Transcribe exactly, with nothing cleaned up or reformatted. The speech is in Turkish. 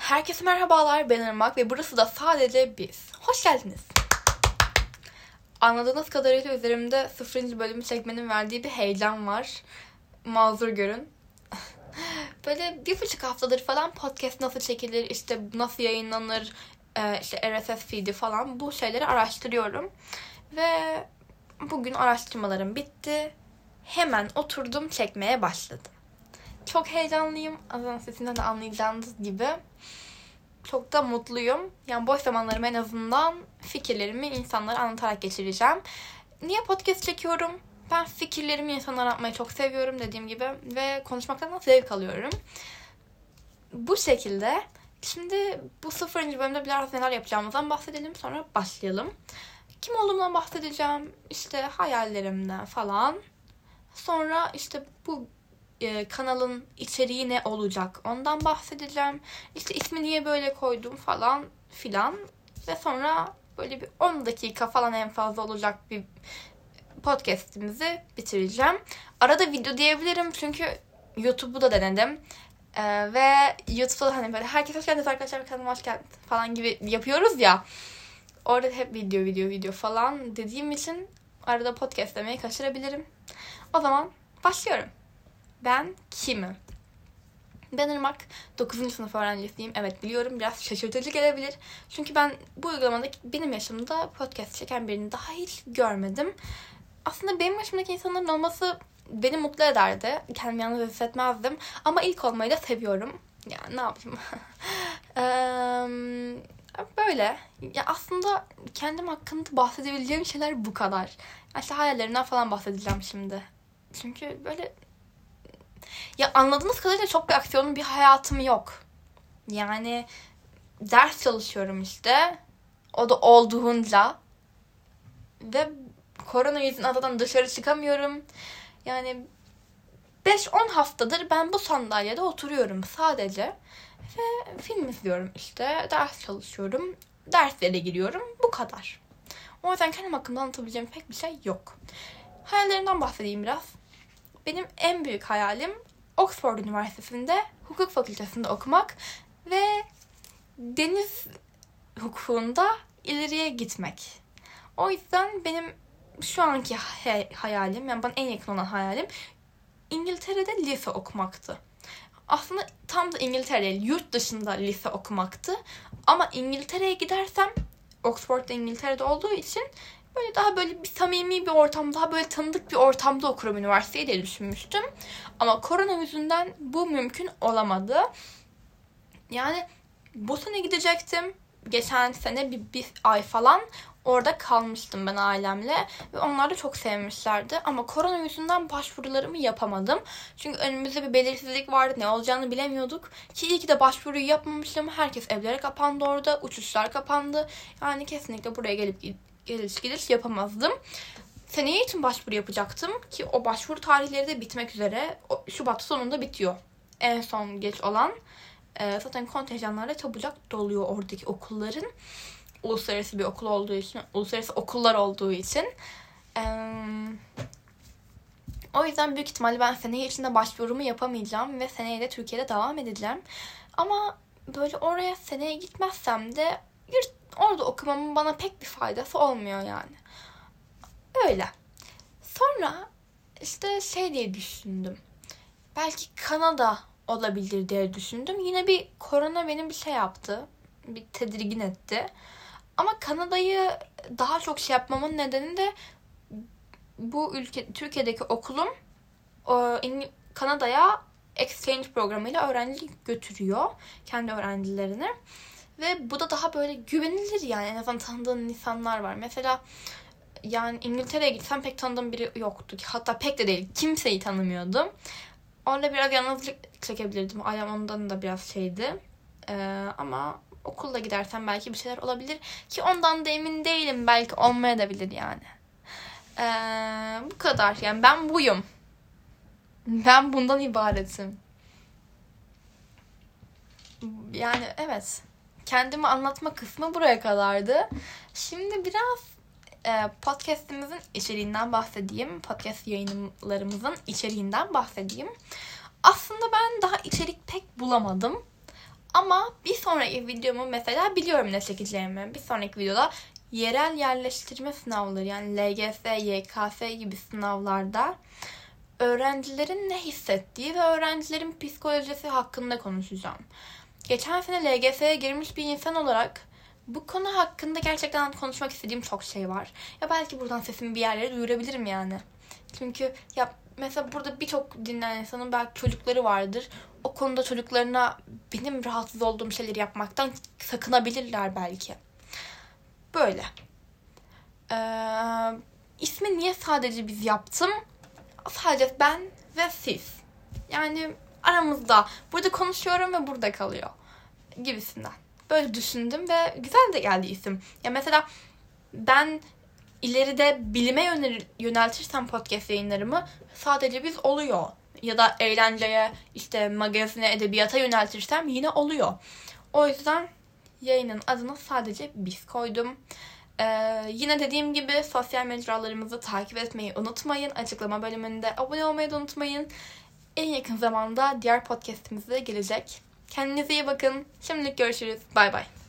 Herkese merhabalar, ben Irmak ve burası da sadece biz. Hoş geldiniz. Anladığınız kadarıyla üzerimde sıfırıncı bölümü çekmenin verdiği bir heyecan var. Mazur görün. Böyle bir buçuk haftadır falan podcast nasıl çekilir, işte nasıl yayınlanır, işte R S S feed'i falan bu şeyleri araştırıyorum. Ve bugün araştırmalarım bitti. Hemen oturdum, çekmeye başladım. Çok heyecanlıyım. Azan sesinden de anlayacağınız gibi. Çok da mutluyum. Yani boş zamanlarımı en azından fikirlerimi insanlara anlatarak geçireceğim. Niye podcast çekiyorum? Ben fikirlerimi insanlara anlatmayı çok seviyorum dediğim gibi. Ve konuşmaktan da zevk alıyorum. Bu şekilde. Şimdi bu sıfırıncı bölümde biraz neler yapacağımızdan bahsedelim. Sonra başlayalım. Kim olduğumdan bahsedeceğim. İşte hayallerimden falan. Sonra işte bu e, kanalın içeriği ne olacak ondan bahsedeceğim. İşte ismi niye böyle koydum falan filan. Ve sonra böyle bir on dakika falan en fazla olacak bir podcast'imizi bitireceğim. Arada video diyebilirim çünkü YouTube'u da denedim. Ee, ve YouTube'da hani böyle herkes hoş geldiniz arkadaşlar, kanalıma hoş geldiniz falan gibi yapıyoruz ya. Orada hep video video video falan dediğim için arada podcast demeyi kaçırabilirim. O zaman başlıyorum. Ben kimim? Ben Irmak. dokuzuncu sınıf öğrencisiyim. Evet biliyorum, biraz şaşırtıcı gelebilir. Çünkü ben bu uygulamada benim yaşımda podcast çeken birini daha hiç görmedim. Aslında benim yaşımdaki insanların olması beni mutlu ederdi. Kendimi yalnız hissetmezdim. Ama ilk olmayı da seviyorum. Yani ne yapayım? Böyle. Ya aslında kendim hakkında bahsedebileceğim şeyler bu kadar. İşte hayallerimden falan bahsedeceğim şimdi. Çünkü böyle ya anladığınız kadarıyla çok bir aksiyonum, bir hayatım yok. Yani ders çalışıyorum işte. O da olduğunca. Ve korona yüzünden zaten dışarı çıkamıyorum. Yani beş on haftadır ben bu sandalyede oturuyorum sadece. Ve film izliyorum işte. Ders çalışıyorum. Derslere giriyorum. Bu kadar. O yüzden kendim hakkında anlatabileceğim pek bir şey yok. Hayallerimden bahsedeyim biraz. Benim en büyük hayalim Oxford Üniversitesi'nde hukuk fakültesinde okumak ve deniz hukukunda ileriye gitmek. O yüzden benim şu anki hay- hayalim, yani bana en yakın olan hayalim İngiltere'de lise okumaktı. Aslında tam da İngiltere değil, yurt dışında lise okumaktı. Ama İngiltere'ye gidersem, Oxford'da İngiltere'de olduğu için böyle daha böyle bir samimi bir ortam, daha böyle tanıdık bir ortamda okurum üniversiteyi diye düşünmüştüm. Ama korona yüzünden bu mümkün olamadı. Yani bu sene gidecektim. Geçen sene bir, bir ay falan orada kalmıştım ben ailemle. Ve onlar da çok sevmişlerdi. Ama korona yüzünden başvurularımı yapamadım. Çünkü önümüzde bir belirsizlik vardı. Ne olacağını bilemiyorduk. Ki iyi ki de başvuruyu yapmamıştım. Herkes evlere kapandı orada. Uçuşlar kapandı. Yani kesinlikle buraya gelip geliş gidiş yapamazdım. Seneye için başvuru yapacaktım. Ki o başvuru tarihleri de bitmek üzere. Şubat sonunda bitiyor. En son geç olan. Ee, zaten kontenjanlarla çabucak doluyor oradaki okulların. Uluslararası bir okul olduğu için, uluslararası okullar olduğu için. Ee, o yüzden büyük ihtimalle ben seneye içinde başvurumu yapamayacağım ve seneye de Türkiye'de devam edeceğim. Ama böyle oraya seneye gitmezsem de yurt, orada okumamın bana pek bir faydası olmuyor yani. Öyle. Sonra işte şey diye düşündüm. Belki Kanada olabilir diye düşündüm. Yine bir korona benim bir şey yaptı. Bir tedirgin etti. Ama Kanada'yı daha çok şey yapmamın nedeni de bu ülke, Türkiye'deki okulum Kanada'ya exchange programıyla öğrenci götürüyor. Kendi öğrencilerini. Ve bu da daha böyle güvenilir yani. En azından tanıdığın insanlar var. Mesela yani İngiltere'ye gitsem pek tanıdığım biri yoktu. Hatta pek de değil. Kimseyi tanımıyordum. Orada biraz yalnızlık çekebilirdim. Ayağım ondan da biraz şeydi. Ee, ama okulla gidersem belki bir şeyler olabilir. Ki ondan da emin değilim. Belki olmayabilir yani. Ee, bu kadar. Yani ben buyum. Ben bundan ibaretim. Yani evet. Kendimi anlatma kısmı buraya kadardı. Şimdi biraz e, podcastimizin içeriğinden bahsedeyim. Podcast yayınlarımızın içeriğinden bahsedeyim. Aslında ben daha içerik pek bulamadım. Ama bir sonraki videomu mesela biliyorum ne çekeceğimi. Bir sonraki videoda yerel yerleştirme sınavları, yani L G S, Y K S gibi sınavlarda öğrencilerin ne hissettiği ve öğrencilerin psikolojisi hakkında konuşacağım. Geçen sene L G S'ye girmiş bir insan olarak bu konu hakkında gerçekten konuşmak istediğim çok şey var. Ya belki buradan sesimi bir yerlere duyurabilirim yani. Çünkü ya mesela burada birçok dinleyen insanın belki çocukları vardır. O konuda çocuklarına benim rahatsız olduğum şeyleri yapmaktan sakınabilirler belki. Böyle. Ee, ismi niye sadece biz yaptım? Sadece ben ve siz. Yani aramızda. Burada konuşuyorum ve burada kalıyor. Gibisinden. Böyle düşündüm ve güzel de geldi isim. Ya mesela ben ileride bilime yönel- yöneltirsem podcast yayınlarımı sadece biz oluyor. Ya da eğlenceye, işte magazine, edebiyata yöneltirsem yine oluyor. O yüzden yayının adını sadece biz koydum. Ee, yine dediğim gibi sosyal mecralarımızı takip etmeyi unutmayın. Açıklama bölümünde abone olmayı da unutmayın. En yakın zamanda diğer podcastimiz de gelecek. Kendinize iyi bakın. Şimdilik görüşürüz. Bay bay.